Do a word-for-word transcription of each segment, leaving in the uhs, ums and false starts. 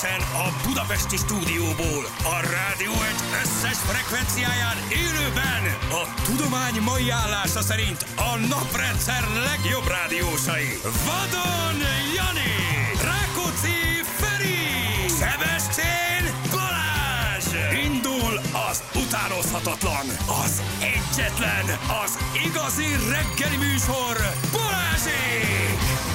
Innen a budapesti stúdióból, a Rádió egy összes frekvenciáján élőben a tudomány mai állása szerint a naprendszer legjobb rádiósai. Vadon Jani, Rákóczi Feri, Szebestén Balázs. Indul az utánozhatatlan, az egyetlen, az igazi reggeli műsor, Balázsék!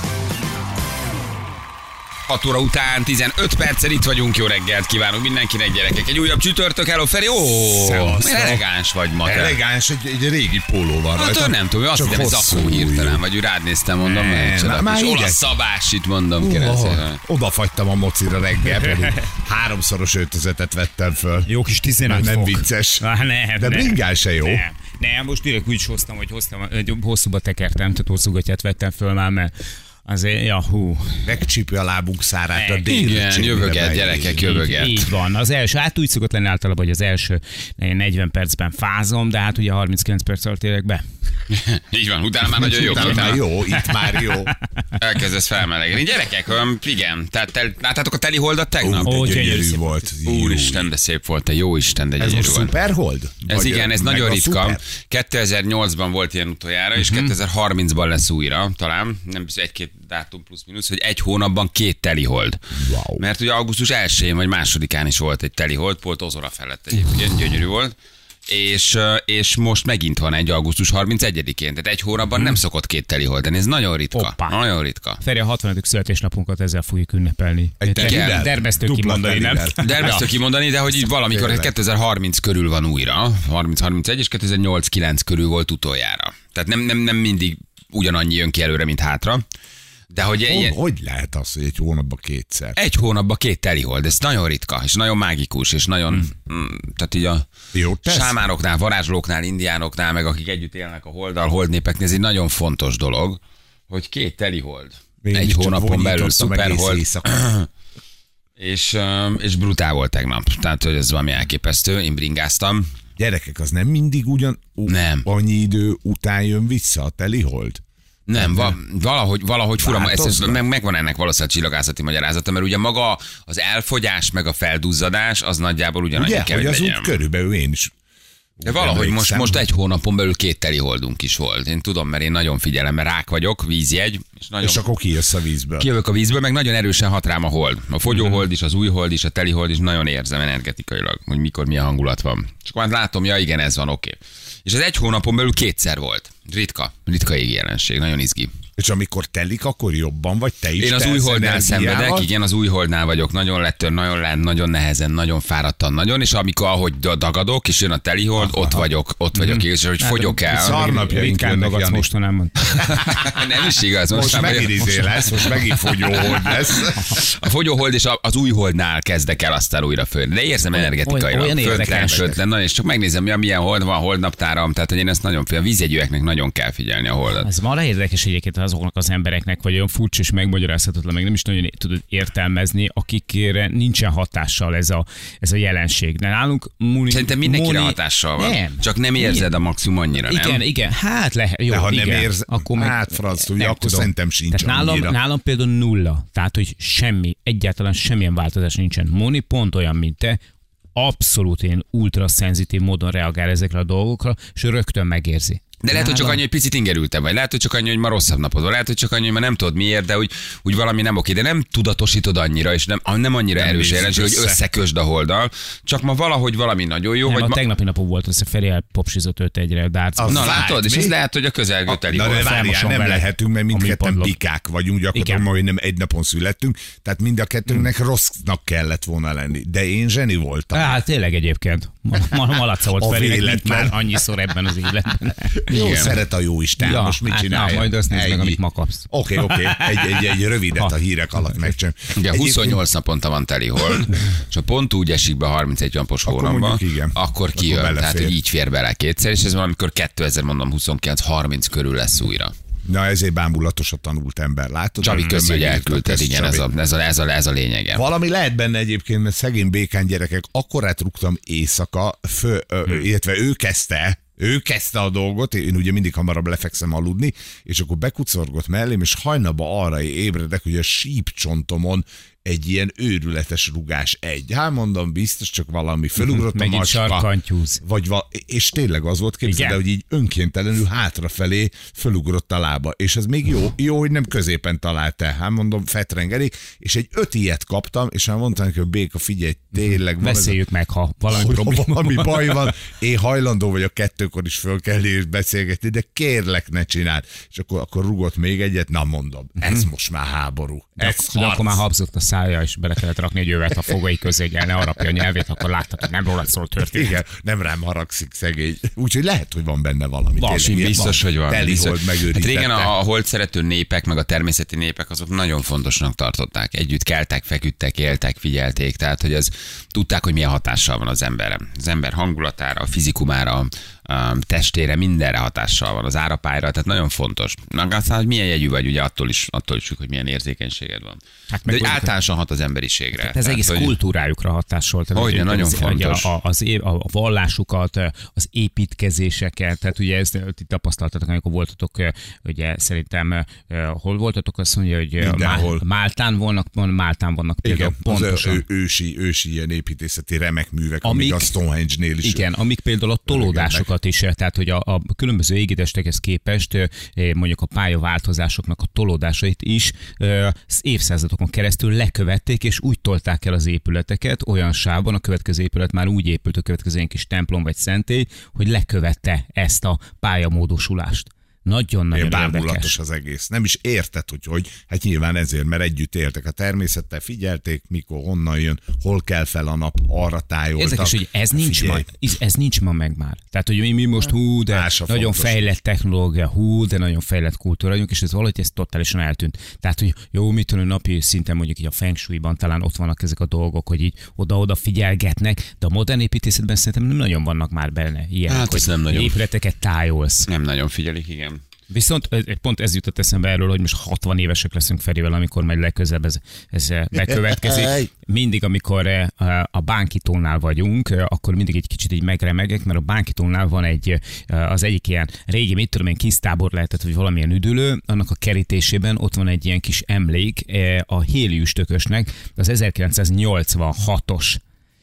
hat óra után tizenöt perccel itt vagyunk, jó reggelt kívánunk mindenkinek, gyerekek. Egy újabb csütörtök, hello Feri, ó, elegáns vagy ma. Elegáns, egy, egy régi póló van rajta. Hát nem tudom, azt hittem, ez zakó hirtelen, vagy úgy rád néztem, mondom, meg és olasz szabás itt mondom, kérdezem. Odafagytam a mocira reggel, pedig háromszoros öltözetet vettem föl. Jó kis tizenöt nem fok. vicces. Ah, nem, de bringál se jó. Nem. Nem, most direkt úgy is hoztam, hogy hoztam, hosszúba tekertem, tehát hosszúgatját vettem föl már, mert azért, ja, hú. Megcsípja a lábunk szárát a dél. Igen, jövöget, gyerekek, jövöget. Így, így van. Az első, hát úgy szokott lenni általában, hogy az első negyven percben fázom, de hát ugye harminckilenc perc alatt érek be. Így van, utána már nagyon jó. Utána már jó, itt már jó. Elkezdesz felmelegedni. Gyerekek, igen, tehát tel, láttátok a teli holdat tegnap? Ó, gyönyörű volt. Úristen, de szép volt, te jó Isten, de gyönyörű volt. Ez most szuperhold? Ez igen, ez nagyon ritka. kétezer-nyolcban volt ilyen utoljára, és kétezer-harmincban lesz újra, talán, nem egy-két dátum plusz-minusz, hogy egy hónapban két telihold. Wow. Mert ugye augusztus elsején vagy másodikán is volt egy telihold, Port Ozora felett egyébként, gyönyörű volt. És, és most megint van egy augusztus harmincegyedikén, tehát egy hónapban hmm. nem szokott két telihold, ez nagyon ritka. Hoppá. Nagyon ritka. Feri, a hatvanedik születésnapunkat ezzel fogjuk ünnepelni. Derbeztő kimondani, nem? Derbeztő kimondani, de hogy így valamikor kétezer-harminc körül van újra, harminc harmincegy és kétezer-nyolc kilenc körül volt utoljára. Tehát nem, nem, nem mindig ugyanannyi jön ki előre, mint hátra. De hogy, hogy, ilyen, hogy lehet az, hogy egy hónapban kétszer? Egy hónapban két telihold, ez nagyon ritka, és nagyon mágikus, és nagyon, hmm. mm, tehát így a sámánoknál, varázslóknál, indiánoknál, meg akik együtt élnek a holddal, holdnépeknél, ez egy nagyon fontos dolog, hogy két telihold. Én egy hónapon belül szuperhold. és, és brutál volt tegnap, tehát hogy ez valami elképesztő, én bringáztam. Gyerekek, az nem mindig ugyan nem. annyi idő után jön vissza a telihold? Nem, va- valahogy, valahogy fura, ez, ez meg, megvan ennek valószínűleg csillagászati magyarázata, mert ugye maga az elfogyás, meg a felduzzadás, az nagyjából ugyanannyi ugye, kell, hogy az legyen. úgy körülbelül én is. De valahogy most, most egy hónapon belül két teliholdunk is volt. Én tudom, mert én nagyon figyelem, mert rák vagyok, vízjegy. És, nagyon... és akkor kijössz a vízből. Kijövök a vízből, meg nagyon erősen hat rám a hold. A fogyóhold is, az új hold is, a telihold is, nagyon érzem energetikailag, hogy mikor milyen hangulat van. És akkor látom, ja igen, ez van, oké. Okay. És ez egy hónapon belül kétszer volt. Ritka, ritka égi jelenség, nagyon izgi. És amikor telik, akkor jobban vagy te is? Én az új holdnál szenvedek, igen, az új holdnál vagyok, nagyon lettör, nagyon lent, nagyon nehezen, nagyon fáradtan, nagyon, és amikor ahogy dagadok, és jön a teli hold, ott vagyok, ott vagyok, mm-hmm. és hogy hát, fogyok el. Szarnapjaink dagadsz mostanában. Nem is igaz. Most, most megint izé lesz, most megint fogyóhold lesz. A fogyóhold és az új holdnál kezdek el aztán újra föl. De érzem energetikailag. Föntlen, sötlen, na, és csak megnézem, ja, milyen hold van, holdnaptáram, tehát hogy én ezt nagyon félem. A vízjegyűeknek nagyon kell figyelni a holdat. Ez marha érdekes egyébként azoknak az embereknek, vagy olyan furcsa és megmagyarázhatatlan, meg nem is nagyon tudod értelmezni, akikre nincsen hatással ez a, ez a jelenség. De nálunk muni, Szerintem mindenkire muni... hatással van. Nem. Csak nem érzed a maximum annyira, nem? Igen, igen, hát lehet. Jó, de ha igen. nem érzed, akkor meg, hát franc, ugye, akkor tudom. Szerintem sincs Tehát nálam, annyira. nálam például nulla. Tehát, hogy semmi, egyáltalán semmilyen változás nincsen. Moni pont olyan, mint te, abszolút én ultra szenzitív módon reagál ezekre a dolgokra, és rögtön megérzi. De lehet, hogy csak annyi, hogy picit ingerültem vagy. Lehet, hogy csak annyi, hogy ma rosszabb napod van. Lehet, hogy csak annyi, hogy ma nem tudod miért, de úgy, úgy valami nem oké. De nem tudatosítod annyira, és nem, nem annyira nem erős jelenség, hogy összekösd a holddal. Csak ma valahogy valami nagyon jó. Nem, vagy a ma... tegnapi napon volt, hogy Feri elpopsizott őt egyre dárcban. Na látod, és ez lehet, hogy a közelgő teli Na, volt. de várjál, nem vele. Lehetünk, mert mindketten bikák vagyunk, gyakorlatilag majd nem egy napon születtünk, tehát mind a kettőnknek hmm. rossznak kellett volna lenni. De én zseni voltam. Hát tényleg egyébként. Malaca volt Feri, már annyiszor ebben az életben. Jó, szeret a jó Isten, ja, most mit hát csinálja? Na, majd azt nézd meg, amit ma kapsz. Oké, okay, oké, okay. egy, egy, egy rövidet ha. a hírek alatt megcsinálom. Ugye egyébként... huszonnyolc naponta van teli hold, és ha pont úgy esik be a harmincegy napos hónapban, akkor kijön. Akkor tehát, hogy így fér bele kétszer, és ez valamikor kétezer, mondom, huszonkilenc harminc körül lesz újra. Na ezért bámulatos a tanult ember, látod? Csabi, köszi, hogy elküldted, igen, ez a, ez, a, ez, a, ez a lényege. Valami lehet benne egyébként, mert szegény békán gyerekek, akkorát rúgtam éjszaka, fő, hmm. ö, illetve ő kezdte, Ő kezdte a dolgot, én ugye mindig hamarabb lefekszem aludni, és akkor bekucorgott mellém, és hajnalba arra ébredek, hogy a sípcsontomon egy ilyen őrületes rugás egy. Hát mondom, biztos csak valami fölugrott a macska. Vagy val- és tényleg az volt, képzeld el, hogy így önkéntelenül hátrafelé fölugrott a lába. És ez még jó, jó, hogy nem középen talált el. Hát mondom, fetrengelik, és egy öt ilyet kaptam, és már mondtam neki, hogy Béka, figyelj, tényleg van. Beszéljük meg, ha valami hogy probléma valami baj van. Én hajlandó vagyok kettőkor is fölkelni és beszélgetni, de kérlek, ne csináld. És akkor, akkor rugott még egyet, na mondom, ez most már háború. De, ez de akkor már habzott a szája, és bele kellett rakni egy övet a fogai közé, hogy el ne arapja a nyelvét, akkor láttad, hogy nem rólad szól történet. Igen, nem rám haragszik szegény. Úgyhogy lehet, hogy van benne valami. Van, biztos, van. hogy van. Telihold hát régen a, a hold szerető népek, meg a természeti népek, azok nagyon fontosnak tartották. Együtt keltek, feküdtek, éltek, figyelték. Tehát, hogy ez tudták, hogy milyen hatással van az emberre. Az ember hangulatára, a fizikumára, a testére, mindenre hatással van, az árapályra, tehát nagyon fontos. Aztán, hogy milyen jegyű vagy, ugye attól is, attól is függ, hogy milyen érzékenységed van. Hát de általánosan hat az emberiségre. Hát ez tehát, egész hogy... kultúrájukra hatással. Hogy nagyon az, fontos. A, az, a, a vallásukat, az építkezéseket, tehát ugye ezt ti tapasztaltatok, amikor voltatok, ugye szerintem hol voltatok, azt mondja, hogy Má, Máltán vannak, Máltán vannak például igen, pontosan. Az ősi, ősi ilyen építészeti remek művek, amik, amik a Stonehenge-nél is. Igen, amik például a tolódásokat is, tehát hogy a, a különböző égidestekhez képest mondjuk a pályaváltozásoknak a tolódásait is évszázadokon keresztül lekövették, és úgy tolták el az épületeket olyan sávban, a következő épület már úgy épült, a következő kis templom vagy szentély, hogy lekövette ezt a pályamódosulást. Nagyon-nagyon bámulatos az egész. Nem is érted, hogy hogy. Hát nyilván ezért, mert együtt éltek a természettel, figyelték, mikor, honnan jön, hol kell fel a nap, arra tájoltak. Érdekes, hogy ez nincs, ma, ez nincs ma meg már. Tehát, hogy mi most hú, de Mása nagyon fontos. Fejlett technológia, hú, de nagyon fejlett kultúra vagyunk, és ez valahogy ez totálisan eltűnt. Tehát, hogy jó, mit tudom, napi szinten mondjuk így a feng shui-ban talán ott vannak ezek a dolgok, hogy így oda-oda figyelgetnek, de a modern építészetben szerintem nem nagyon vannak már benne ilyen, hát, hogy nem nagyon. épületeket tájolsz. Nem nagyon figyelik, igen. Viszont pont ez jutott eszembe erről, hogy most hatvan évesek leszünk Ferivel, amikor majd legközelebb ez, ez bekövetkezik. Mindig, amikor a Bánkitónál vagyunk, akkor mindig egy kicsit így megremegek, mert a Bánkitónál van egy, az egyik ilyen régi, mit tudom én, kis tábor lehetett, vagy valamilyen üdülő, annak a kerítésében ott van egy ilyen kis emlék a Hélius tökösnek, az ezerkilencszáznyolcvanhatos,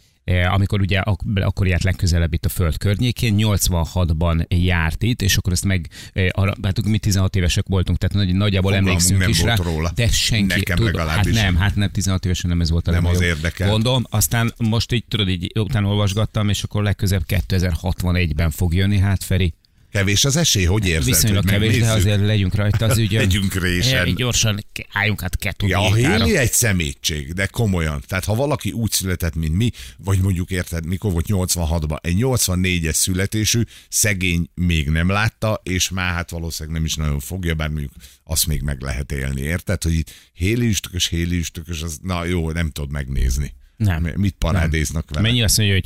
amikor ugye ak- akkor járt legközelebb itt a Föld környékén, nyolcvanhatban járt itt, és akkor ezt meg, arra, hát mi tizenhat évesek voltunk, tehát nagy, nagyjából Fogalmunk emlékszünk is rá, róla. De senki, Nekem tud, hát nem, hát nem, tizenhat évesen nem ez volt a nem az érdekel. Gondom, aztán most így tudod, így utána olvasgattam, és akkor legközelebb kétezer-hatvanegyben fog jönni, hát Feri. Kevés az esély, hogy érzed? Viszonylag kevés, de azért legyünk rajta az ügyön. Legyünk résen. Gyorsan álljunk át kettő ja, a Héli egy szemétség, de komolyan. Tehát ha valaki úgy született, mint mi, vagy mondjuk érted, mikor volt nyolcvanhatban, egy nyolcvannégyes születésű, szegény még nem látta, és már hát valószínűleg nem is nagyon fogja, bár mondjuk azt még meg lehet élni, érted? Hogy itt héliüstökös, héliüstökös, az na jó, nem tudod megnézni. Nem. Mit parádéznak vele? Mennyi azt mondja, hogy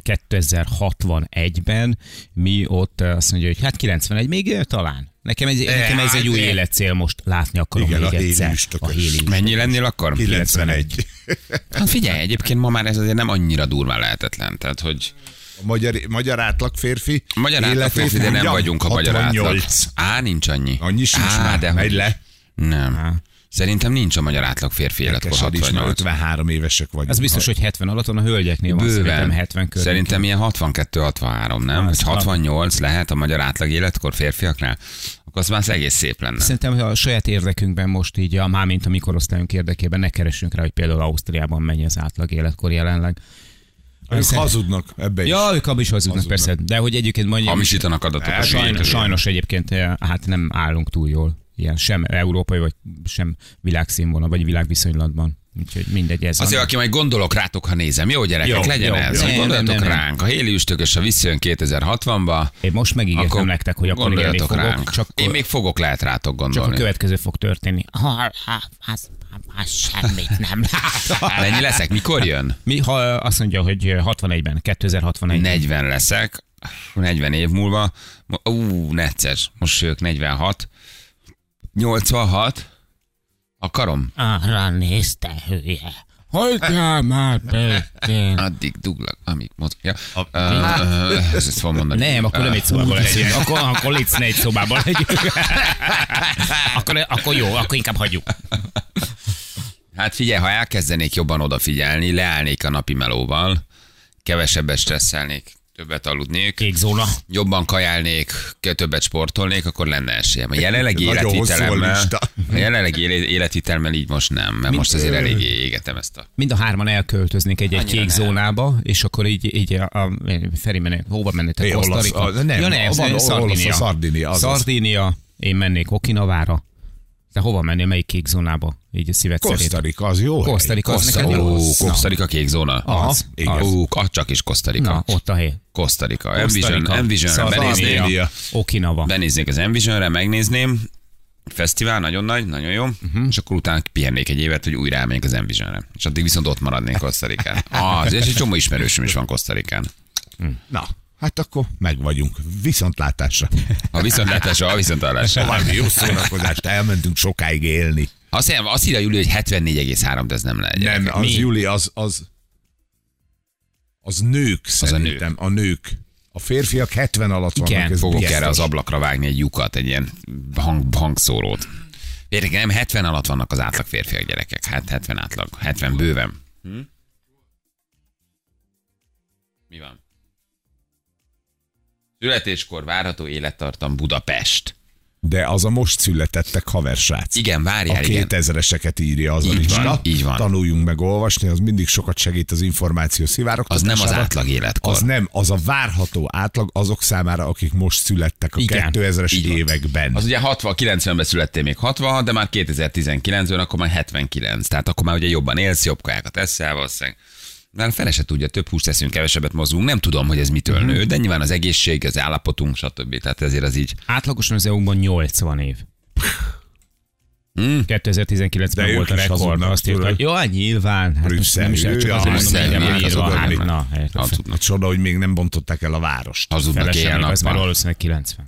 kétezer-hatvanegyben mi ott azt mondja, hogy hát kilencvenegy még talán. Nekem ez, e, nekem ez hát egy új életcél, most látni akarom igen, még a egyszer. A héliüstökös. Mennyi lennél akkor? kilencvenegy. Hát figyelj, egyébként ma már ez azért nem annyira durván lehetetlen. Tehát, hogy... A magyar, magyar átlag férfi A magyar átlag férfi, de nem vagyunk a magyar átlag. Á, nincs annyi. Annyi sincs Á, már, de megy le. Nem. Á. Szerintem nincs a magyar átlag férfi életkor hatvannyolc. ötvenhárom évesek vagyunk. Az biztos, hogy hetven alatt van, a hölgyeknél van szerintem hetven körül. Szerintem ilyen hatvankettő hatvanhárom, nem? Vagy hatvannyolc lehet a magyar átlag életkor férfiaknál? Akkor az már az egész szép lenne. Szerintem a saját érdekünkben most így, a, már mint a mi korosztályunk érdekében ne keressünk rá, hogy például Ausztriában mennyi az átlag életkor jelenleg. Ők Hiszen... hazudnak ebbe is. Ja, ők abban is hazudnak, hazudnak, persze. De hogy egyébként mondjuk... Hamisítanak adatokat. Sajnos, sajnos egyébként hát nem állunk túl jól. Ilyen sem európai, vagy sem világszínvonal, vagy világviszonylatban. Úgyhogy mindegy ez. Azért, aki majd gondolok rátok, ha nézem. Jó gyerekek, jó, legyen jó, ez. Jó. Gondoljatok nem, ránk. A héliüstökös, ha visszajön kétezer-hatvanba. Én most megígértem nektek, hogy akkor élni fogok. Ránk. Csak Én még fogok lehet rátok gondolni. Csak a következő fog történni. Ha, ha, az, az semmit nem lát. Mennyi leszek? Mikor jön? Mi, ha azt mondja, hogy hatvanegyben, kétezer-hatvanegy. negyven leszek. negyven év múlva. Ú, necces. Most jövök negyvenhat. nyolcvanhat. Akarom? Arra nézte, hülye. Hogy kell már Pékén? Addig duglak, amíg mozog. Ja. Uh, ezt fogom mondani. Nem, akkor nem egy szobában legyünk. Akkor, akkor létsz ne egy szobában legyünk. akkor, akkor jó, akkor inkább hagyjuk. Hát figyelj, ha elkezdenék jobban odafigyelni, leállnék a napi melóval, kevesebbet stresszelnék, többet aludnék, Kék zóna. jobban kajálnék, többet sportolnék, akkor lenne esélyem. A jelenlegi életvitelemmel, a jelenlegi életvitelemmel így most nem, mert Mind- most azért eléggé égetem ezt a... Mind a hárman elköltöznék egy-egy Annyira kék nem. zónába, és akkor így, így a, a Feri menné, hova mennétek? É, olasz- Kosztarika? a- nem, ja, nem, van- Szardinia. olasz- Szardinia, azaz. Szardinia, én mennék Okinavára. Te hova mennél, melyik kék zónába? Így a szíved szerint. Kosztarika, az jó hely. Kosztarika, az neked Kosztarika, jó? ó, Na. Kosztarika kék zóna. Az, igen. az. Ó, az csak is Kosztarika. Na, ott a hely. Kosztarika. Envision, Envisionre Szardinia, benéznék. Okinawa. Benéznék az Envisionre, megnézném. Fesztivál, nagyon nagy, nagyon jó. Uh-huh. És akkor utána pihennék egy évet, hogy újra elmegyek az Envisionre. És addig viszont ott maradnék Kosztarikán. Az, és egy csomó ismerősöm is van Kosztarikán. Na, hát akkor meg vagyunk. Viszontlátásra. A viszontlátásra, a viszontlátásra. Valami jó szórakozást, elmentünk sokáig élni. Azt hiszem, azt írja Júli, hogy hetvennégy egész három, de ez nem lehet. Nem, az Mi? Júli, az, az, az nők a szerintem, a nők. A férfiak hetven alatt vannak. Igen, ez Fogok biztos. erre az ablakra vágni egy lyukat, egy ilyen hang, hangszórót. Értek, nem, hetven alatt vannak az átlag férfiak gyerekek. Hát hetven átlag. hetven bőven. Hm? Mi van? Születéskor várható élettartam Budapest. De az a most születettek haversrác. Igen, várjál, A igen. kétezreseket írja az a Így lista. van, így van. Tanuljunk meg olvasni, az mindig sokat segít az információ Az szivárogtatására. nem az átlag életkor. Az nem, az a várható átlag azok számára, akik most születtek a Igen, kétezres így van. években. Az ugye hatvan, kilencvenben születtél még hatvan, de már kétezer-tizenkilencben akkor már hetvenkilenc. Tehát akkor már ugye jobban élsz, jobb kajákat eszel valószínűleg. Már fele se tudja, több húst teszünk, kevesebbet mozgunk. Nem tudom, hogy ez mitől Mhm. nő, de nyilván az egészség, az állapotunk, stb. Tehát ezért az így. Átlagosan az é u-ban nyolcvan év. Hmm. kétezer-tizenkilencben De volt a ők is rekord, hazudnak, azt írta, hogy jó, hát nyilván. Hát most nem is Brüsszel, csak ja, azért mondom, hogy Brüsszel, nem hát írva a hazudnak három. még. Na, hát, Hazudnak. A csoda, hogy még nem bontották el a várost. Hazudnak feleség, az már éjjel-nappal. valószínűleg kilencven.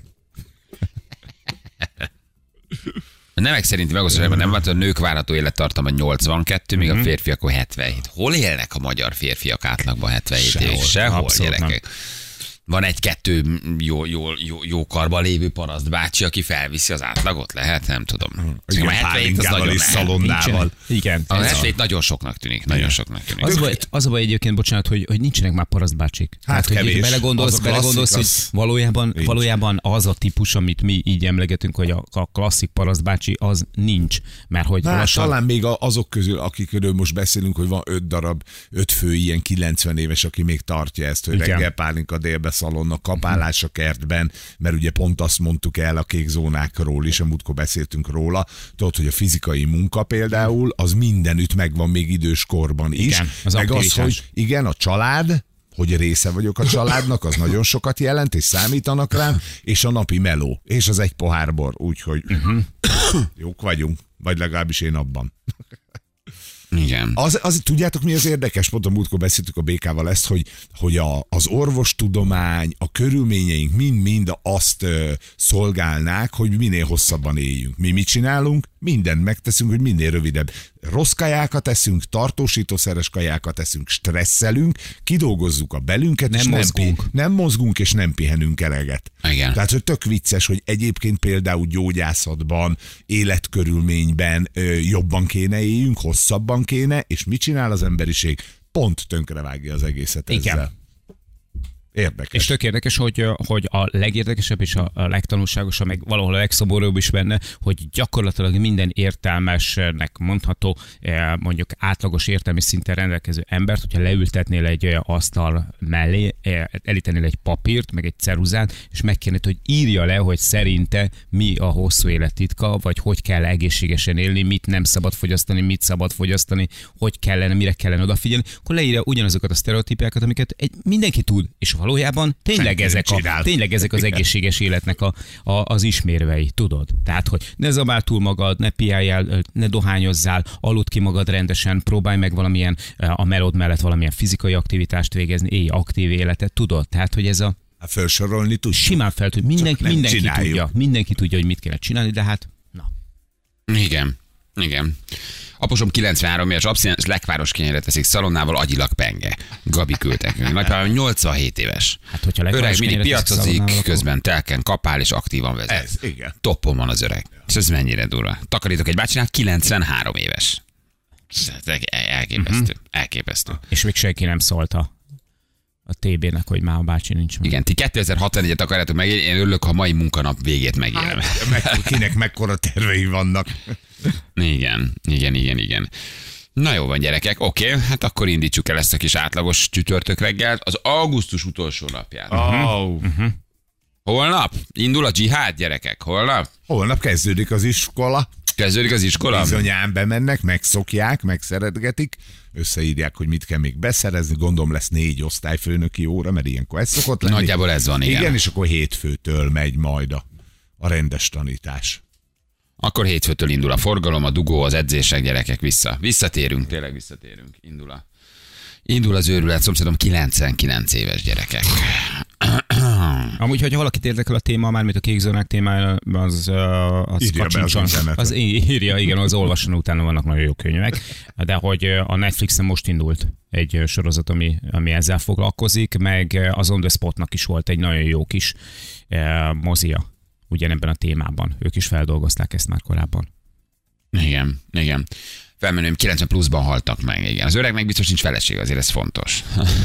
A nemek szerinti megosztásában nem volt, a nők várható élettartama nyolcvankettő, míg Mhm. a férfiak akkor hetvenhét. Hol élnek a magyar férfiak átlagban hetvenhét Sehol. évig? Sehol, Abszolút gyerekek. Van egy-kettő jó, jó, jó, jó karban lévő paraszt bácsi, aki felviszi az átlagot, lehet? Nem tudom. Igen, A hetvenhét az pálinkával nagyon és nem. szalonnával. Igen. A ez a- hetvenhét nagyon soknak tűnik, nagyon soknak tűnik. Az a, baj, az a baj egyébként, bocsánat, hogy, hogy nincsenek már parasztbácsik. Hát hogy kevés. így belegondolsz, Az a belegondolsz klasszik, hogy az valójában, nincs. valójában az a típus, amit mi így emlegetünk, hogy a, a klasszik parasztbácsi, az nincs. Mert hogy Hát, lassan... talán még a- azok közül, akikről most beszélünk, hogy van öt darab, öt fő ilyen kilencven éves, aki még tartja ezt, hogy Igen. reggel pálinka, délbe szalonna, kapálás a kertben, mert ugye pont azt mondtuk el a kék zónákról is, a múltkor beszéltünk róla, tudod, hogy a fizikai munka például, az mindenütt megvan még idős korban is. Igen, az meg az, aktivitás. hogy igen, a család, hogy része vagyok a családnak, az nagyon sokat jelent, és számítanak rám, és a napi meló, és az egy pohár bor, úgyhogy uh-huh. jók vagyunk, vagy legalábbis én abban. Igen. Az, az, tudjátok, mi az érdekes? Pont a múltkor beszéltük a bé ká-val ezt, hogy, hogy a, az orvostudomány, a körülményeink mind-mind azt ö, szolgálnák, hogy minél hosszabban éljünk. Mi mit csinálunk? Mindent megteszünk, hogy minél rövidebb. Rossz kajákat eszünk, tartósítószeres kajákat eszünk, stresszelünk, kidolgozzuk a belünket, Nem és mozgunk. Nem, pi- nem mozgunk, és nem pihenünk eleget. Igen. Tehát, hogy tök vicces, hogy egyébként például gyógyászatban, életkörülményben ö, jobban kéne éljünk, hosszabban kéne, és mit csinál az emberiség? Pont tönkrevágja az egészet Igen. ezzel. Érdekes. És tök érdekes, hogy, hogy a legérdekesebb és a a legtanulságosabb, meg valahol a legszomorúbb is benne, hogy gyakorlatilag minden értelmesnek mondható, eh, mondjuk átlagos értelmi szinten rendelkező embert, hogyha leültetnél egy eh, asztal mellé, eh, elítenél egy papírt, meg egy ceruzát, és megkérnéd, hogy írja le, hogy szerinte mi a hosszú élet titka, vagy hogy kell egészségesen élni, mit nem szabad fogyasztani, mit szabad fogyasztani, hogy kellene, mire kellene odafigyelni, akkor leírja ugyanazokat a sztereotípiákat, amiket egy, mindenki tud, és valójában tényleg Senki ezek, nem a, csinál. tényleg ezek az egészséges életnek a, a, az ismérvei, tudod? Tehát, hogy ne zabál túl magad, ne piáljál, ne dohányozzál, aludd ki magad rendesen, próbálj meg valamilyen, a melód mellett valamilyen fizikai aktivitást végezni, élj aktív életet, tudod? Tehát, hogy ez a Hát felsorolni tudjuk. simán fel tud, mindenki, nem mindenki csináljuk. tudja, mindenki tudja, hogy mit kéne csinálni, de hát, na. Igen. Igen. Aposom kilencvenhárom éves abszinens lekváros kenyeret teszik szalonnával, agyilag penge. Gabi küldtek. Nagypapám nyolcvanhét éves. Hát, hogyha lekváros Öreg mindig kenyeret teszik piacozik, szalonnával, közben telken kapál és aktívan vezet. Ez, igen. Toppon van az öreg. És ez mennyire durva. Takarítok egy bácsinál, kilencvenhárom éves. Elképesztő. Uh-huh. Elképesztő. És még senki nem szólt a, a té bének, hogy már a bácsi nincs meg. Igen, ti kétezer-hatvannégyet akarjátok megélni, én örülök, ha mai munkanap végét megélem. Meg, kinek mekkora tervei vannak. Igen, igen, igen, igen. Na jó van, gyerekek, oké, okay, hát akkor indítsuk el ezt a kis átlagos csütörtök reggelt, az augusztus utolsó napján. Oh. Uh-huh. Holnap? Indul a dzsihád, gyerekek, holnap? Holnap kezdődik az iskola. Kezdődik az iskola? Bizonyán bemennek, megszokják, megszeretgetik, összeírják, hogy mit kell még beszerezni, gondolom lesz négy osztályfőnöki óra, mert ilyenkor ez szokott lenni. Nagyjából ez van, igen. Igen, és akkor hétfőtől megy majd a, a rendes tanítás. Akkor hétfőtől indul a forgalom, a dugó, az edzések, gyerekek, vissza. Visszatérünk, tényleg visszatérünk. Indul, a, indul az őrület, szomszédom kilencvenkilenc éves gyerekek. Amúgy, hogyha valakit érdekel a téma, mármint a kékzónák témája, az, az írja be az internetre. Az írja, igen, az olvasson, utána vannak nagyon jó könyvek. De hogy a Netflixen most indult egy sorozat, ami, ami ezzel foglalkozik, meg az On The Spotnak is volt egy nagyon jó kis eh, mozia ugyanebben a témában. Ők is feldolgozták ezt már korábban. Igen, igen. Felmenőim kilencven pluszban haltak meg, igen. Az öregnek biztos nincs feleség, azért ez fontos.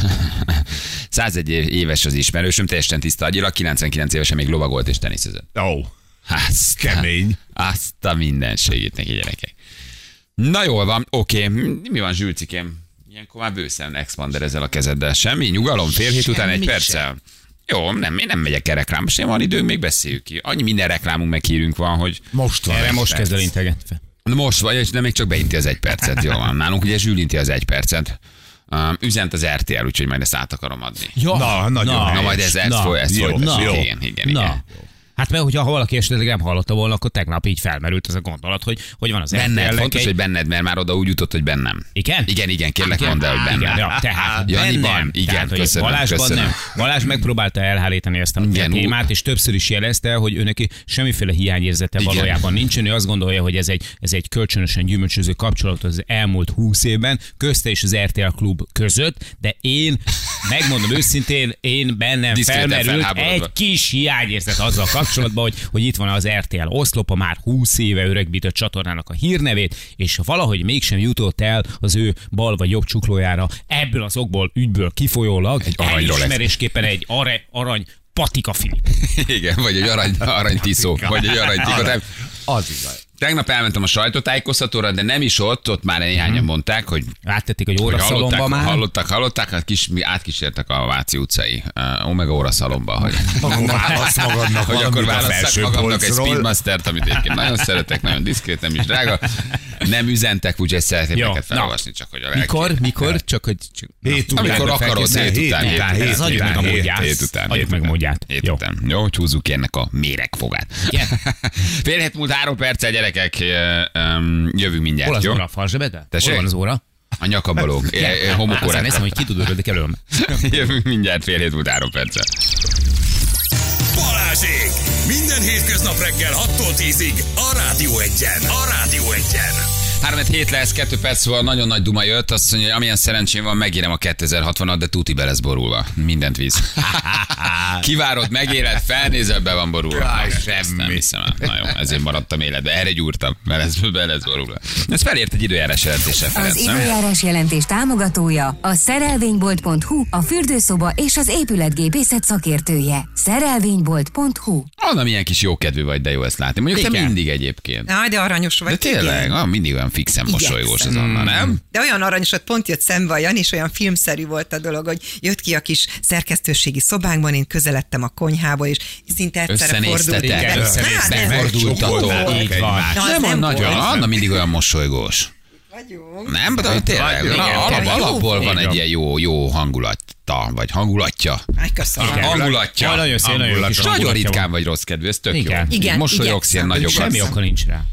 százegy éves az ismerősöm, teljesen tiszta agyilag, kilencvenkilenc évesen még lovagolt és teniszezett. Ó, oh, azt kemény. Azt a mindenségét neki, gyerekek. Na jól van, oké. Okay. Mi van, Zsülcikém? Ilyenkor már bőszen expander ezzel a kezeddel. Semmi? Nyugalom? Fél hét után egy perccel? Jó, nem, én nem megyek el reklám, most van időnk, még beszéljük ki. Annyi minden reklámunk meg hírünk van, hogy... Most van. Erre most kezd el integetve. Most vagy, de még csak beinti az egy percet, jó van. Nálunk ugye Zsül inti az egy percet. Um, üzent az er té el, úgyhogy majd ezt át akarom adni. Ja, na, nagyon na, na majd ez, ez, na, foly, ez jó, folytasd. na, Igen, igen, na. igen. Hát mert hogyha valaki esetleg nem hallotta volna, akkor tegnap így felmerült ez a gondolat, hogy, hogy van az benned, fontos, egy... hogy benned, mert már oda úgy jutott, hogy bennem. Igen? Igen, igen, kérlek mondd el, hogy bennem. Igen, ja, tehát Janiban, igen, tehát, köszönöm, Balázsban köszönöm. nem. Balázs megpróbálta elhárítani ezt a igen, témát, és többször is jelezte, hogy ő neki semmiféle hiányérzete igen. valójában nincsen. Ő azt gondolja, hogy ez egy, ez egy kölcsönösen gyümölcsöző kapcsolat az elmúlt húsz évben, közte és az er té el klub között, de én megmondom őszintén, én bennem felmerült egy kis hiányérzet azzal kapcsolatban, hogy, hogy itt van az er té el oszlopa, már húsz éve öregbített csatornának a hírnevét, és valahogy mégsem jutott el az ő bal vagy jobb csuklójára ebből az okból, ügyből kifolyólag egy elismerésképpen egy are, arany Patika Filip. Igen, vagy egy arany, arany tiszó, vagy egy arany tiszó. Az igaz. Tegnap elmentem a sajtótájékoztatóra, de nem is ott, ott már néhányan mondták, hogy áttették egy óraszalomba már. Hallottak, hallották, hát kis, átkísértek a Váci utcai uh, Omega óraszalomba, hogy akkor válasz magadnak hogy akkor válasszak magamnak egy polcról. Speedmastert, amit egyébként nagyon szeretek, nagyon diszkrét, nem is drága. Nem üzentek, úgyhogy szeretném jó, neked felolvasni, csak hogy a lelki. Mikor, mikor, csak hogy... Hét után. Amikor akarod, hét után. Hét után. Ez adjuk meg a módját. Hét után. Adjuk meg a módját. Hét után. Jó, hogy húzzuk ki ennek a méregfogát. Fél hét múlt három perccel, gyerekek, jövünk mindjárt. Hol az jó? óra? Farzsebede? Tessék? Hol van az óra? A nyakamba lóg. Homokórát. Nézem, hogy ki tud örödik előm. Jövünk mindjárt fél hét múlt három perccel. Balázsék! Minden hétköznap reggel hattól tízig a Rádió Egyen. A Rádió Egyen. három hét lesz, kettő perc, szóval nagyon nagy duma jött. Azt mondja, hogy amilyen szerencsém van, megírem a kétezer-hatvanat, de tuti be lesz borulva. Mindent víz. Kivárod, megéled, felnézel, be van borulva. Jaj, Ezt semmi. nem hiszem el. Na jó, ezért maradtam életbe. Erre gyúrtam, mert ez be lesz borulva. Ez felért egy időjárás jelentéssel, Az Ferenc, nem? időjárás jelentés támogatója a szerelvénybolt pont hu, a fürdőszoba és az épületgépészet szakértője. szerelvénybolt pont hu. Anna, milyen kis jókedvű vagy, de jó ezt látni. Mondjuk te Igen. mindig egyébként. Aj, de aranyos vagy. De tényleg, Igen. ah, mindig olyan fixen mosolygós az Anna, nem? De olyan aranyos, hogy pont jött szembe a Jani, és olyan filmszerű volt a dolog, hogy jött ki a kis szerkesztőségi szobánkban, én közeledtem a konyhába, és szinte egyszerre fordult. Összenéztetek, Igen, összenéztek, nem, fordultatok. Így van. Na, az Nem olyan nem nagyon, volt. Anna mindig olyan mosolygós. Vagyunk. Nem, de tényleg, Vagy, na, igen, alap, tényleg. alapból Jó, van így egy van. ilyen jó, jó hangulata, vagy hangulatja. Aj, köszönöm. Igen. Hangulatja. Jaj, nagyon szép, nagyon jó kis Nagyon hangulatja ritkán van. vagy rossz kedvű, ez tök Igen. jó. Igen, Mosolyogsz ilyen igyekszem. nagyokat. Semmi oka nincs rá.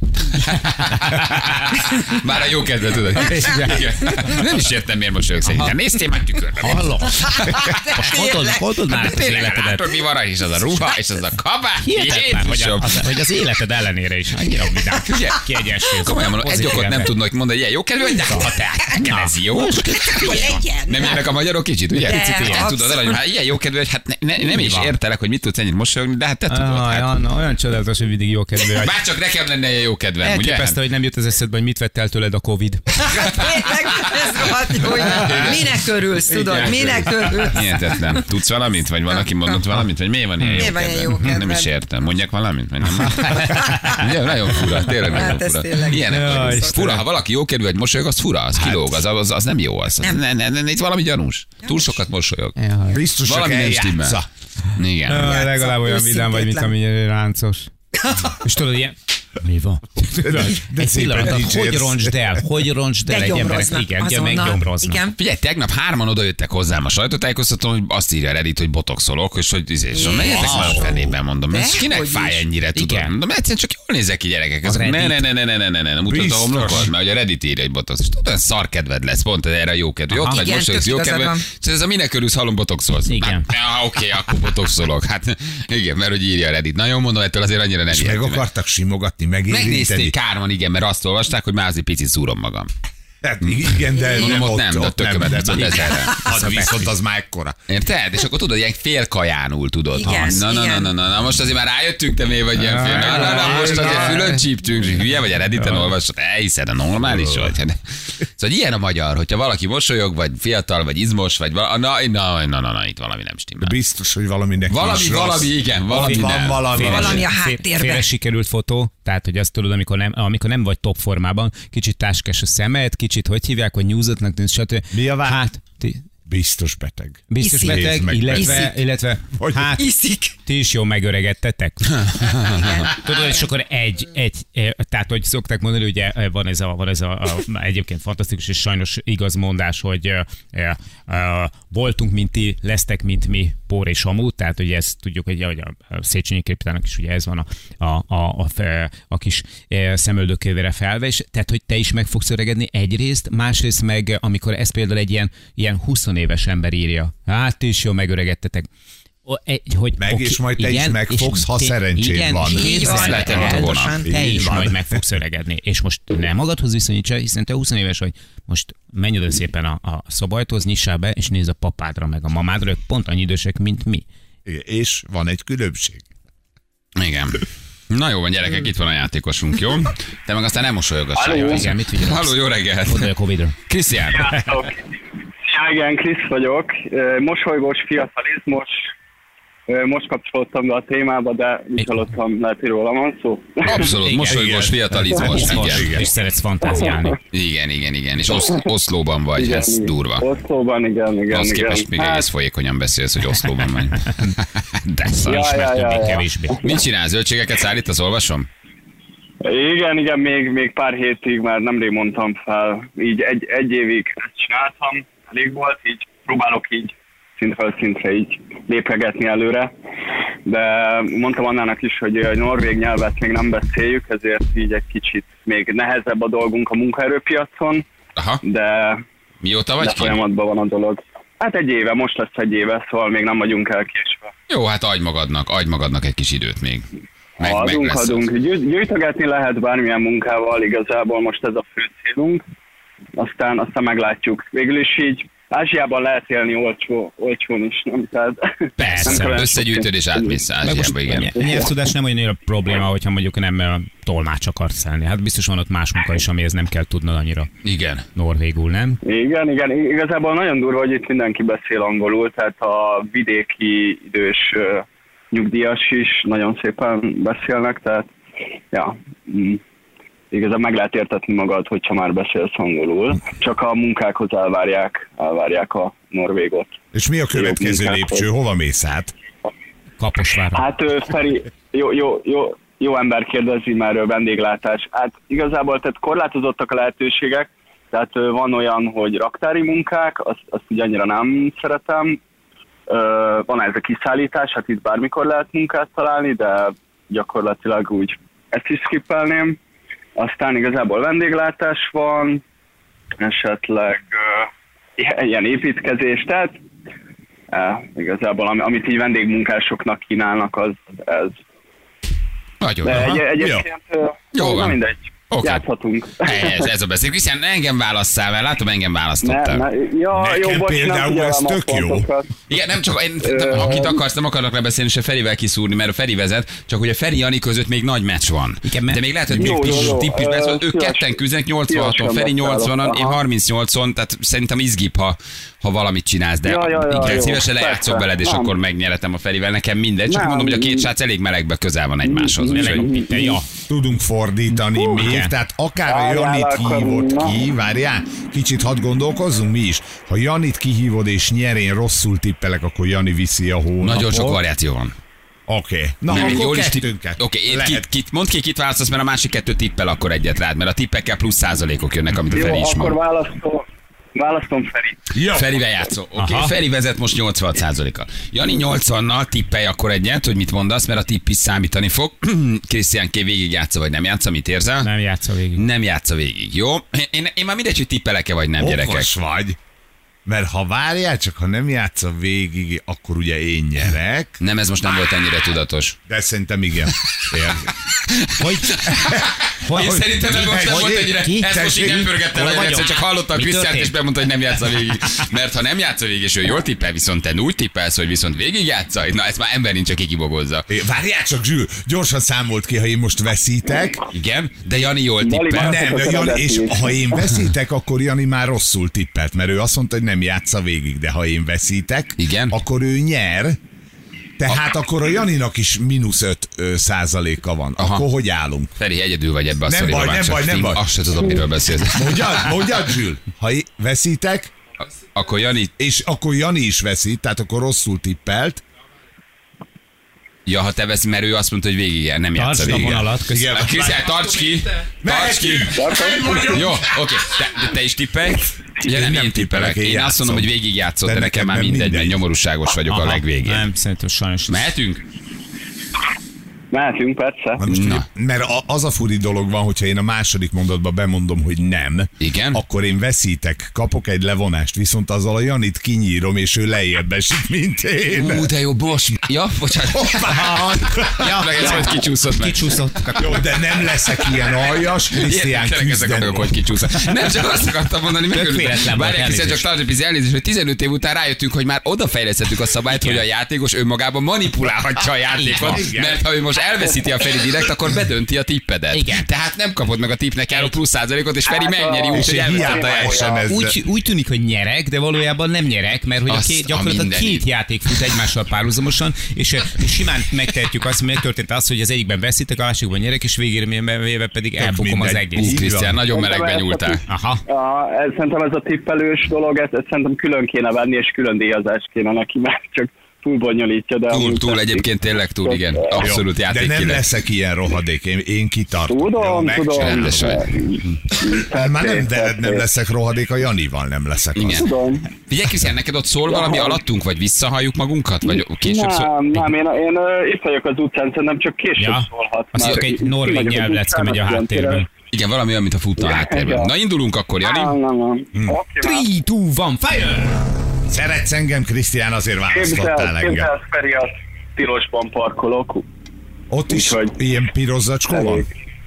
Már a jó kedvet tudod. Igen. Nem is értem, miért mosolyogsz szerintem. Néztél már tükörbe. Hallom. Most mondod, mondod már az Tényleg életedet. látod, mi van rajta, és az a ruha, és az a kabát. Hihetetlen, hogy, Jézusom. az, hogy az életed ellenére is annyira vidám. Kiegyensúlyozott. Komolyan mondom, egy Pozitív okot nem ember. tudnak mondani, ilyen jó kedvű, vagy de ha te, neked ez jó. Legyen. Nem jönnek a magyarok kicsit, ugye? Ugye? De, Hát tudod, nagyon, hát ilyen jókedvű, hogy hát ne, ne, nem is értelek, hogy mit tudsz ennyit mosolyogni, de hát te tudod. Ah, Hát. Anna, olyan csodálatos, hogy mindig jókedvű vagy. Bár csak nekem lenne ilyen jókedvem, ugye? Elképesztő, hogy nem jut az eszedbe, hogy mit vett el tőled a Covid. Tényleg, ez rohadt jó, hogy minek örülsz, tudod, minek örülsz. Hihetetlen. Tudsz valamit, vagy valaki mondott valamit, vagy miért van ilyen Miért van ilyen jó jókedvem? Nem kedved? is értem. Mondják valamit, vagy nem? Ugye, nagyon fura, tényleg nagyon Hát ez fura. tényleg. Ilyenek Jaj, vagyunk. Istenem. Fura, ha valaki jókedvű, vagy mosolyog, az fura, az kilóg, az, az, az nem jó, az. Nem. Ne, ne, ne, itt valami gyanús. Túl sokat mosolyog. Biztos, csak Valami nem stimmel. eljátsza. Igen. Jaj, legalább olyan vidám vagy, mint őszintétlen. ami ráncos. És tudod, ilyen... Mi van? De Egy szépen pillanat, dicsérsz. hogy roncsd el, hogy roncsd el egy emberek. Begyomroznak Igen, ugye azonnal. meggyomroznak. Igen. Figyelj, tegnap hárman odajöttek hozzám a sajtótájékoztatón, hogy azt írja Reddit, hogy botoxolok, és hogy izé, és menjetek Jézus. már a fenében, mondom. Ez De kinek hogy fáj is. ennyire, tudod? Igen. Mondom, egyszerűen csak jól nézek ki, gyerekek. Ez, A ne, Reddit. ne, ne, ne, ne, ne, ne, ne, ne, mutatod a Biztos. homlokod, mert ugye a Reddit írja egy botox. És tudod, olyan szarkedved lesz, pont erre a jókedvű. Ott vagy Igen, mosolyogsz, tök igazad jókedved. van. És ez a minek örülsz, hallom, botoxolsz. Igen. Hát, ja, oké, akkor botoxolok. Hát igen, mert hogy írja a Reddit. Nagyon mondom, ettől azért annyira nem És meg ijedtem meg. akartak simogatni, megérinteni. Megnézték kárman, igen, mert azt olvasták, hogy már azért picit szúrom magam. Hát igen, de Mondom, ott nem, de ott tökömet de- tudod, ezerre. Az viszont az már ekkora. Érted? És akkor tudod, ilyen fél kajánul, tudod. Igen, na, na, na, igen. na, na, na, most azért már rájöttünk, te miért vagy ilyen fél. Na, na, na, most azért fülön csíptünk, hülye vagy a Redditen olvasod, elhiszed, a normális vagy. Szóval ilyen a magyar, hogyha valaki mosolyog, vagy fiatal, vagy izmos, vagy valami, na, na, na, na, na, itt valami nem stimmel. Biztos, hogy valami neki Valami, is rossz. valami, igen, valami Ott van nem. valami. Félre- Valami a fél- háttérben. Félre sikerült fotó, tehát hogy azt tudod, amikor nem, amikor nem vagy top formában, kicsit táskás a szemed, kicsit hogy hívják, hogy nyúzatnak, stb. Mi a vá- Hát, ti, Biztos beteg. biztos Iszik. beteg, Nézd meg, illetve, Iszik. illetve Hogy- hát Iszik. ti is jól megöregedtetek. Igen. Tudod, és akkor egy, egy, eh, tehát hogy szokták mondani, ugye eh, van ez a, van ez a, a egyébként fantasztikus és sajnos igaz mondás, hogy eh, eh, eh, voltunk, mint ti, lesztek, mint mi, por és amú, tehát ugye ezt tudjuk, hogy, hogy a Széchenyi kriptának is ugye ez van a, a, a, a, fe- a kis eh, szemöldökövére felve, és tehát, hogy te is meg fogsz öregedni egyrészt, másrészt meg, amikor ez például egy ilyen, ilyen húsz éves ember írja, hát ti is jól megöregedtetek. O, egy, hogy, Meg, oké, és majd te is megfogsz, és ha té- szerencséd igen, van. és Így képzeld van, lehet, el, hogy pontosan. te Így is van. majd meg fogsz öregedni. És most ne magadhoz viszonyíts el, hiszen te húsz éves vagy, most menj oda szépen a, a szobajtóhoz, nyissál be, és nézd a papádra, meg a mamádra, ők pont annyi idősek, mint mi. Igen, és van egy különbség. Igen. Na jó van, gyerekek, itt van a játékosunk, jó? Te meg aztán nem mosolyogass. Halló. Igen, mit figyelsz? Halló, jó reggelt! Oda a Covidra. Krisztián! Sziasztok! Szia, igen, Krisz vagyok. Ö, Mosolygós, fiatalizmus. Ö, Most kapcsolódtam be a témába, de úgy hallottam, lehet, hogy róla van szó. Abszolút, Igen, mosolygós igen. fiatalizmus. Igen. Igen. És szeretsz fantáziálni. Igen, igen, igen. És Osz, Oszlóban vagy, ez igen. durva. Oszlóban, igen, igen, Azt igen. képest még egész folyékonyan beszélsz, hogy Oszlóban vagy. De szar. Ja, ja, ja, ja. Kevésbé. Mit csinál? Zöldségeket szállítasz, olvasom? Igen, igen, még, még pár hétig már nemrég mondtam fel. Így egy, egy évig ezt csináltam, elég volt, így próbálok így szintről szintre így lépegetni előre. De mondtam Annának is, hogy a norvég nyelvet még nem beszéljük, ezért így egy kicsit még nehezebb a dolgunk a munkaerőpiacon, Aha. de, Mióta de vagy ki? folyamatban van a dolog. Hát egy éve, most lesz egy éve, szóval még nem vagyunk elkésve. Jó, hát adj magadnak, adj magadnak egy kis időt még. Meg, meg adunk, lesz adunk. az. Gyű- Gyűjtögetni lehet bármilyen munkával, igazából most ez a fő célunk. Aztán, aztán meglátjuk. Végül is így Ázsiában lehet élni olcsó, olcsón is, nem? Tehát, Persze, nem kell olyan összegyűjtöd sok és pénzt. átmész Meg Ázsiába, most igen. ny- nyelvtudás nem olyan a probléma, hogyha mondjuk nem ö, tolmács akarsz szállni. Hát biztos van ott más munka is, amihez nem kell tudnod annyira Igen. norvégul, nem? Igen, igen, igazából nagyon durva, hogy itt mindenki beszél angolul, tehát a vidéki idős ö, nyugdíjas is nagyon szépen beszélnek, tehát ja, mm, igazából meg lehet értetni magad, hogyha már beszélsz angolul, csak a munkákhoz elvárják, elvárják a norvégot. És mi a következő Jó lépcső? Hova mész át? Kaposvárra. Hát ö, Feri, jó, jó, jó, jó ember kérdezi már ö, vendéglátás. Hát igazából tehát korlátozottak a lehetőségek, tehát ö, van olyan, hogy raktári munkák, azt, azt ugye annyira nem szeretem. Ö, Van ez a kiszállítás, hát itt bármikor lehet munkát találni, de gyakorlatilag úgy ezt is skippelném. Aztán igazából vendéglátás van, esetleg uh, ilyen építkezés, tehát uh, igazából am, amit így vendégmunkásoknak kínálnak, az ez. Nagyon De jó. egy, Aha. egyébként uh, Jó na van. mindegy. Okay. Játszhatunk. Ez, ez a beszél. Krisztián, engem válasszál, mert látom, engem választottál. Ne, ne, ja, Nekem jó, bocs, például nem ez figyelem tök a jó. pontokat. Igen, nem csak, én, akit akarsz, nem akarnak lebeszélni, se Ferivel kiszúrni, mert a Feri vezet, csak hogy a Feri Jani között még nagy meccs van. Igen, mert- De még lehet, hogy még Jó, tippis, jó, jó. tippis meccs van. Ö, Ők szíves- ketten küzdenek, nyolcvanhaton, szívesen Feri nyolcvanon, én Aha. harmincnyolcon, tehát szerintem izgibb, ha, ha valamit csinálsz, de Ja, ja, ja, igen, jó, szívesen persze. lejátszok veled, és Nem. akkor megnyeretem a Ferivel, nekem mindegy. Csak Nem. mondom, hogy a két srác elég melegbe közel van egymáshoz. úgyhogy- Ja. Tudunk fordítani még, igen. tehát akár a Várjál, Janit akkor kihívod na. ki, várjál, kicsit hadd gondolkozzunk mi is. Ha Janit kihívod és nyer, én rosszul tippelek, akkor Jani viszi a hónapot. Nagyon sok variáció van. Oké. Okay. Na, Nem, akkor jól is tipp- kettőnket. Oké, okay, Lehet. kit, kit, mondd ki, kit választasz, mert a másik kettő tippel akkor egyet rád, mert a tippekkel plusz százalékok jönnek, amit a Jó, Feri is akkor mond. választom, választom Feri. Jó. Ferivel játszol. Oké, okay. Aha. Feri vezet most nyolcvan százalékkal. Jani nyolcvannal tippelj akkor egyet, hogy mit mondasz, mert a tipp is számítani fog. Krisztián K. végig játsza, vagy nem játsza, mit érzel? Nem játsza végig. Nem játsza végig, jó? Én, én már mindegy, hogy tippelek-e, vagy nem, gyerekek. Okos vagy. Mert ha várjál, csak ha nem játsza végig, akkor ugye én nyerek. Nem, ez most nem volt ennyire tudatos. De szerintem igen. Ér. Hogy? Hogy, én szerintem ez most nem hogy- volt ennyire, ki? ezt most így nem pörgettem, Hol hogy egyszer vagyok? csak hallotta a Mi Krisztiánt, történt? és bemondta, hogy nem játsza végig. Mert ha nem játsza végig, és ő jól tippel, viszont te úgy tippelsz, hogy viszont végig játsza, na ezt már ember nincs, aki kibogozza. É, Várjál csak, Zsül, gyorsan számolt ki, ha én most veszítek. Igen, de Jani jól Bali tippel. már- Nem, de Jani, és ha én veszítek, akkor Jani már rosszul tippelt, mert ő azt mondta, hogy nem játsza végig, de ha én veszítek, Igen. akkor ő nyer, tehát akkor a Janinak is mínusz öt százaléka van. Aha. Akkor hogy állunk? Feri, egyedül vagy ebbe a Nem sztoriba, baj, már nem csak baj, nem fing- baj. Azt se tudom, miről beszélsz. Mondjad, mondjad, Zsül, ha én veszítek, Akkor Jani, és akkor Jani is veszít, tehát akkor rosszul tippelt. ja, ha te vesz, mert ő azt mondta, hogy végig nem játsza Tartsd a végig. vonalat. Köszönöm. Igen. Krisztián, tarts ki! Tarts ki! Jó, oké. Te, de te is tippelj? Ja, nem, nem én tippelek. tippelek, én Én azt mondom, játszom. hogy végig játszott, de De nekem nekem már nem mindegy, mert mindegy. nyomorúságos vagyok a Aha, legvégén. Nem, szerintem sajnos. Mehetünk? Mehetünk, persze. Na most, Na. ugye, mert a- az a furi dolog van, hogyha én a második mondatban bemondom, hogy nem, Igen. akkor én veszítek, kapok egy levonást, viszont azzal a Janit kinyírom, és ő lejjebb esik, mint én. Ú, de jó, boss. Ja, bocsánat. Ja, meg ez, hogy kicsúszott meg. Kicsúszott. Jó, de nem leszek ilyen aljas, Krisztián Ilyenek ezek a küzden. dolgok, hogy kicsúszol. Nem csak azt akartam mondani, hogy véletlen megörültem. volt, Várják, hiszen csak elnézést. tartsd egy pici elnézést, hogy tizenöt év után rájöttünk, hogy már odafejlesztettük a szabályt, hogy a játékos önmagában manipulálhatja a játékot, Igen. mert ha ő most elveszíti a Feri direkt, akkor bedönti a tippedet. Igen. Tehát nem kapod meg a tippnek járó plusz százalékot, és Feri megnyeri úgy, És hogy én elveszített a hiába játékot. esem ezzel. Úgy, úgy tűnik, hogy nyerek, de valójában nem nyerek, mert hogy a Azt két, a gyakorlatilag mindenit. két játék fut egymással párhuzamosan, és eh, simán megtehetjük azt, hogy megtörtént az, hogy az egyikben veszítek, a másikban nyerek, és végére véve pedig elbukom az mindegy. Ú, egész. Krisztián, nagyon Szerintem melegben ezt a nyúltál. tipp- Aha. A, ez, szerintem ez a tippelős dolog, ezt, ezt szerintem külön kéne venni, és külön díjazást kéne neki, mert csak túl bonyolítja. De Túl, amúgy túl tetszik. egyébként tényleg túl, igen. Jó, Abszolút De játék nem kilenc. leszek ilyen rohadék, én, én kitartom. Tudom, Jó, tudom. megcsinálom. Rendes vagy. Hát már nem, de Tetszett. nem leszek rohadék, a Janival nem leszek. az. Igen. Tudom. Figyelj, Krisztián, neked ott szól valami alattunk, vagy visszahalljuk magunkat? Vagy később szól? Nem, nem, én, én uh, itt vagyok az utcán, szerintem csak később Ja. szólhat. Azt mert hiszem, egy itt norvég kimegyek az nyelvlecke utcán, megy a az ilyen háttérben. téren. Igen, valami olyan, mint a futna a Ja, háttérben. ja. Na indulunk akkor, Jani. Nem, nem, nem. Hm. Oké, már. három, kettő, egy, fire! Szeretsz engem, Krisztián, azért választottál Képzel, engem. képzel, Feri, a tilosban parkolok. Ott is Úgyhogy- ilyen piros zacskó van?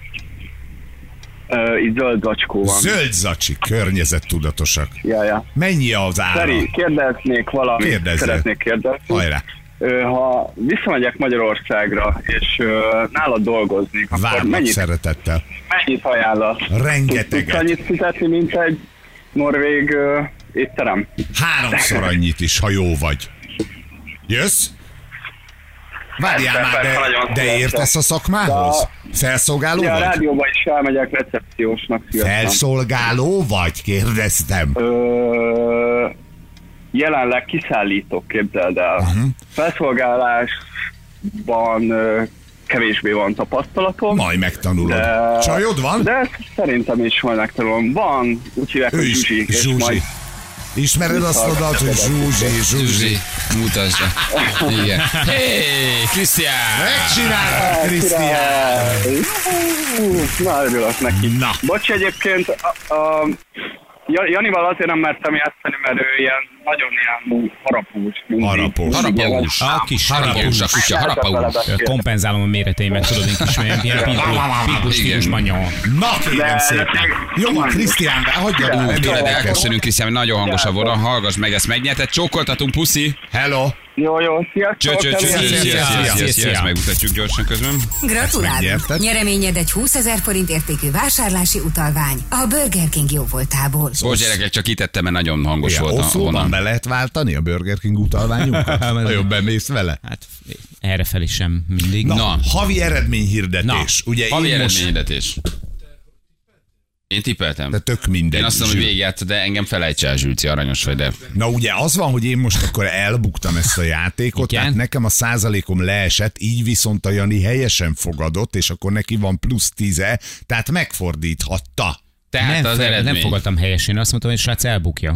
Uh, itt zöld zacskó van. Zöld zacsi, környezettudatosak. Ja, ja. Mennyi az ára? Feri, kérdeznék valamit. Kérdezzél. Szeretnék kérdezni. Hajrá. Ö, Ha visszamegyek Magyarországra, és ö, nálad dolgoznék, akkor Várlak mennyit, szeretettel. mennyit ajánlasz? Rengeteget. Tudsz annyit fizetni, mint egy norvég ö, étterem? Háromszor annyit is, ha jó vagy. Jössz? Várjál Persze, már, persze, de, nagyon de szívesen. értesz a szakmához? Felszolgáló Ja, a vagy? rádióban is elmegyek recepciósnak szívesen. Felszolgáló vagy? Kérdeztem. Ö, jelenleg kiszállítok, képzeld el. Uh-huh. Felszolgálásban ö, kevésbé van tapasztalatom. Majd megtanulod. De- Csajod van? De ezt szerintem is majd megtanulom. Van, úgy hívják, Ő hogy is, Zsuzsi. és Zsuzsi. majd Ismered azt a dalt, hogy Zsuzsi, Zsuzsi. Zsuzsi, mutasd. Igen. Hé, Krisztián! Megcsináltad, Krisztián! Juhú, na, örülök neki. Na. Bocs, egyébként a, a, Janival azért nem mertem játszani, mert ő ilyen nagyon ilyen harapós. Harapós. Harapós. A kis Harapós, a kutya, harapós. Kompenzálom a méreteimet, tudod, én kis olyan ilyen pitbull stílus manyó. Na kérem szépen. Jó, Krisztián, hagyjad úgy. Tényleg elköszönünk, Krisztián, nagyon hangos a vonal, hallgass meg, ezt megnyerted. Csókoltatunk, puszi. Hello. Jó, jó, Cső, cső, cső, sziasztok! cső, cső, ezt megmutatjuk gyorsan közben. Gratulálunk! Nyereményed egy húszezer forint értékű vásárlási utalvány a Burger King jóvoltából. Most gyerekek, csak kitettem, mert nagyon hangos volt a Oszlóban vonal. be lehet váltani a Burger King utalványunkat? Nagyon bemész vele? Hát errefelé sem mindig. Na, Na. havi eredményhirdetés. Ugye Havi én most... eredményhirdetés. Én tippeltem. De tök mindegy. Én azt mondom, hogy Zsül. végigjátszod, de engem felejts el, Zsülci, aranyos vagy, de... Na ugye az van, hogy én most akkor elbuktam ezt a játékot, Igen? tehát nekem a százalékom leesett, így viszont a Jani helyesen fogadott, és akkor neki van plusz tíze, tehát megfordíthatta. Tehát Nem, az fel, eredmény. nem fogadtam helyesen, azt mondtam, hogy srác elbukja.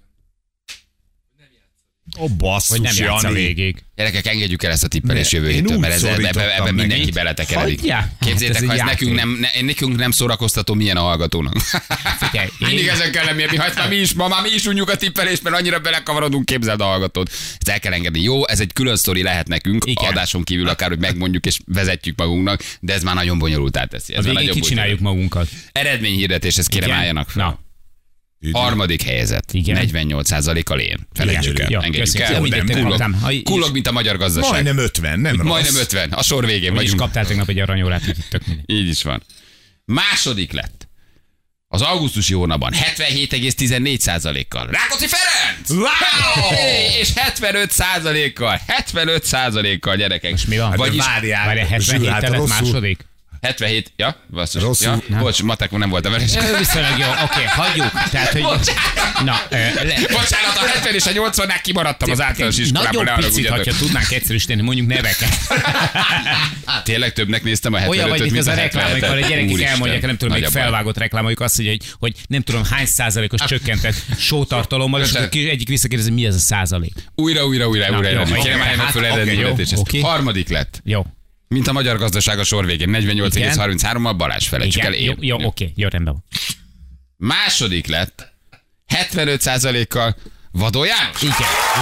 Ó, basszus, Vagy nem játsza Jani. végig. Gyerekek, engedjük el ezt a tippelés Ne, jövő én héttől, úgy mert ez, ebbe, ebbe, ebbe szorítottam mindenki neki. beletekeredik. Hagyjál. Képzétek, Hát ez ha egy ez nekünk játék. nem, ne, nekünk nem szórakoztató, milyen a hallgatónak. Figyelj, Mindig én- ezen kell lenni, mi hagyd már mi is, ma már mi is unjuk a tippelést, mert annyira belekavarodunk, képzeld a hallgatót. Ezt el kell engedni. Jó, ez egy külön sztori lehet nekünk, Igen. adáson kívül akár, hogy megmondjuk és vezetjük magunknak, de ez már nagyon bonyolultá teszi. Ez A már végén nagyon kicsináljuk magunkat. Eredményhirdetés, ezt kérem Igen? álljanak fel. Na. Harmadik helyezett. Igen. negyvennyolc százalékkal én. Felejtsük el. Jó, Engedjük köszönjük. el. Mindent Kullog, kaptam. Ha- kullog, mint a magyar gazdaság. Majdnem ötven, nem rossz. Majdnem ötven. A sor végén Vagyis vagyunk. kaptál tegnap egy aranyórát, hogy tök mindegy. Így is van. Második lett. Az augusztusi hónapban hetvenhét egész tizennégy százalékkal. Rákóczi Ferenc! Wow! Hey, és hetvenöt százalékkal. hetvenöt százalékkal, gyerekek. És mi van? Vagyis Várjál, Várj, Zsül, hetvenhét hát lett rosszul- második? hetvenhét, ja? Basszus. Rosszul. Ja? Bocs, matekon nem volt a veres. Ö, Viszonylag jó, oké, hagyjuk. Tehát, hogy... Na, ö, le, Bocsánat, a hetven és a nyolcvannál kimaradtam az általános iskolából. nagyon ne picit, haragudjatok. ha tudnánk egyszerűsíteni, mondjuk neveket. Tényleg többnek néztem a Olyan vagy, hetvenötöt, mint az a a reklám, amikor a hetvenhetet. gyerekek Úristen, elmondják, nem tudom, nagy még a baj. felvágott reklámok azt, hogy, hogy, hogy nem tudom hány százalékos csökkentett sótartalommal, és akkor ki- egyik visszakérdezi, mi ez a százalék. Újra, újra, újra, Na, újra. jó, eredmény. oké, Kérem, álljanak hát, föl oké, eredményhirdetés. jó, oké. Harmadik lett. Jó. Mint a magyar gazdaság a sor végén. negyvennyolc egész Igen. harminchárom-mal Balázs felejtsük el. Igen, jó, Én. jó, oké, jó, rendben van. Második lett hetvenöt százalékkal Vadó János. Igen.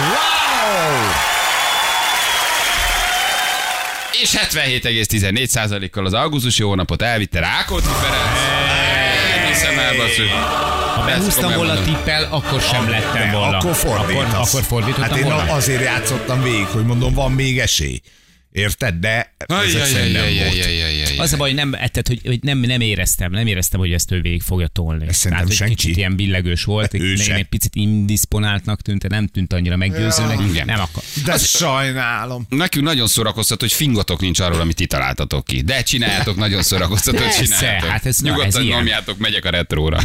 És hetvenhét egész tizennégy százalékkal az augusztusi hónapot elvitte Rákóczi Ferenc. Nem hiszem el, basszus. Ha behúztam volna tippel, akkor sem lettem volna. Akkor fordítasz. Akkor, akkor fordítottam Hát én volna. azért játszottam végig, hogy mondom, van még esély. Érted? De ezek szerint nem volt. Az a baj, hogy nem, tehát, hogy, hogy nem, nem éreztem, nem éreztem, hogy ezt ő végig fogja tolni. Ezt szerintem Tehát, hogy senki. kicsit ilyen billegős volt, Ő én se. egy picit indisponáltnak tűnt, nem tűnt annyira meggyőzőnek. Igen. Nem akar. De sajnálom. Nekünk nagyon szórakoztató, hogy fingotok nincs arról, amit ti találtatok ki. De csináljátok, nagyon szórakoztató, hogy Persze, csináljátok. hát ez- na, ez Nyugodtan ilyen. nyomjátok, megyek a retróra.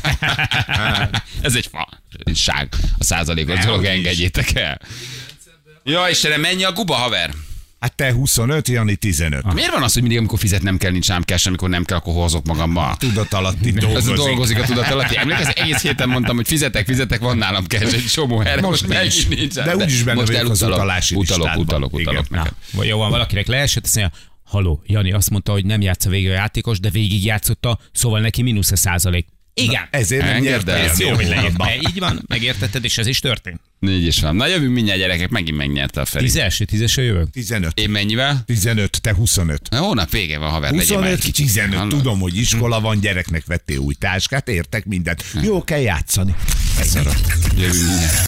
Ez egy fa. Egy ság. A százalékos dolog, engedjétek el. Ja, Istenem, mennyi a guba, haver? Hát te huszonöt, Jani tizenöt. Miért van az, hogy mindig, amikor fizetnem kell, nincs ám cash, amikor nem kell, akkor hozok magammal? Tudatalatti Ez dolgozik. dolgozik a tudat alatt. Emlékezz, egész héten mondtam, hogy fizetek, fizetek, van nálam cash egy csomó helyre. Most Most nincs. megint nincs. De úgyis benne most vagyok az elutalok, utalási utalok, listádban. utalok, utalok Igen. neked. Na, jó van, valakinek leesett, azt mondja, haló, Jani azt mondta, hogy nem játsza végig a játékos, de végig játszotta, szóval neki mínusz a százalék. Igen. Na, ezért nem Engedd nyerte el. el. Ez jó, Jó, hogy hogy lejött legyen. be. Így van, megértetted, és ez is történt. Így is van. Na jövünk mindjárt, gyerekek, megint megnyerte a Feri. Tízes, tízesre jövök? tizenöt. Én mennyivel? tizenöt, te huszonöt. Na, hónap vége van, haver, legyen már egy huszonöt, kicsit. tizenöt. Hallod? Tudom, hogy iskola van, gyereknek vettél új táskát, értek mindent. Jó kell játszani. Ez arra. Jövünk mindjárt.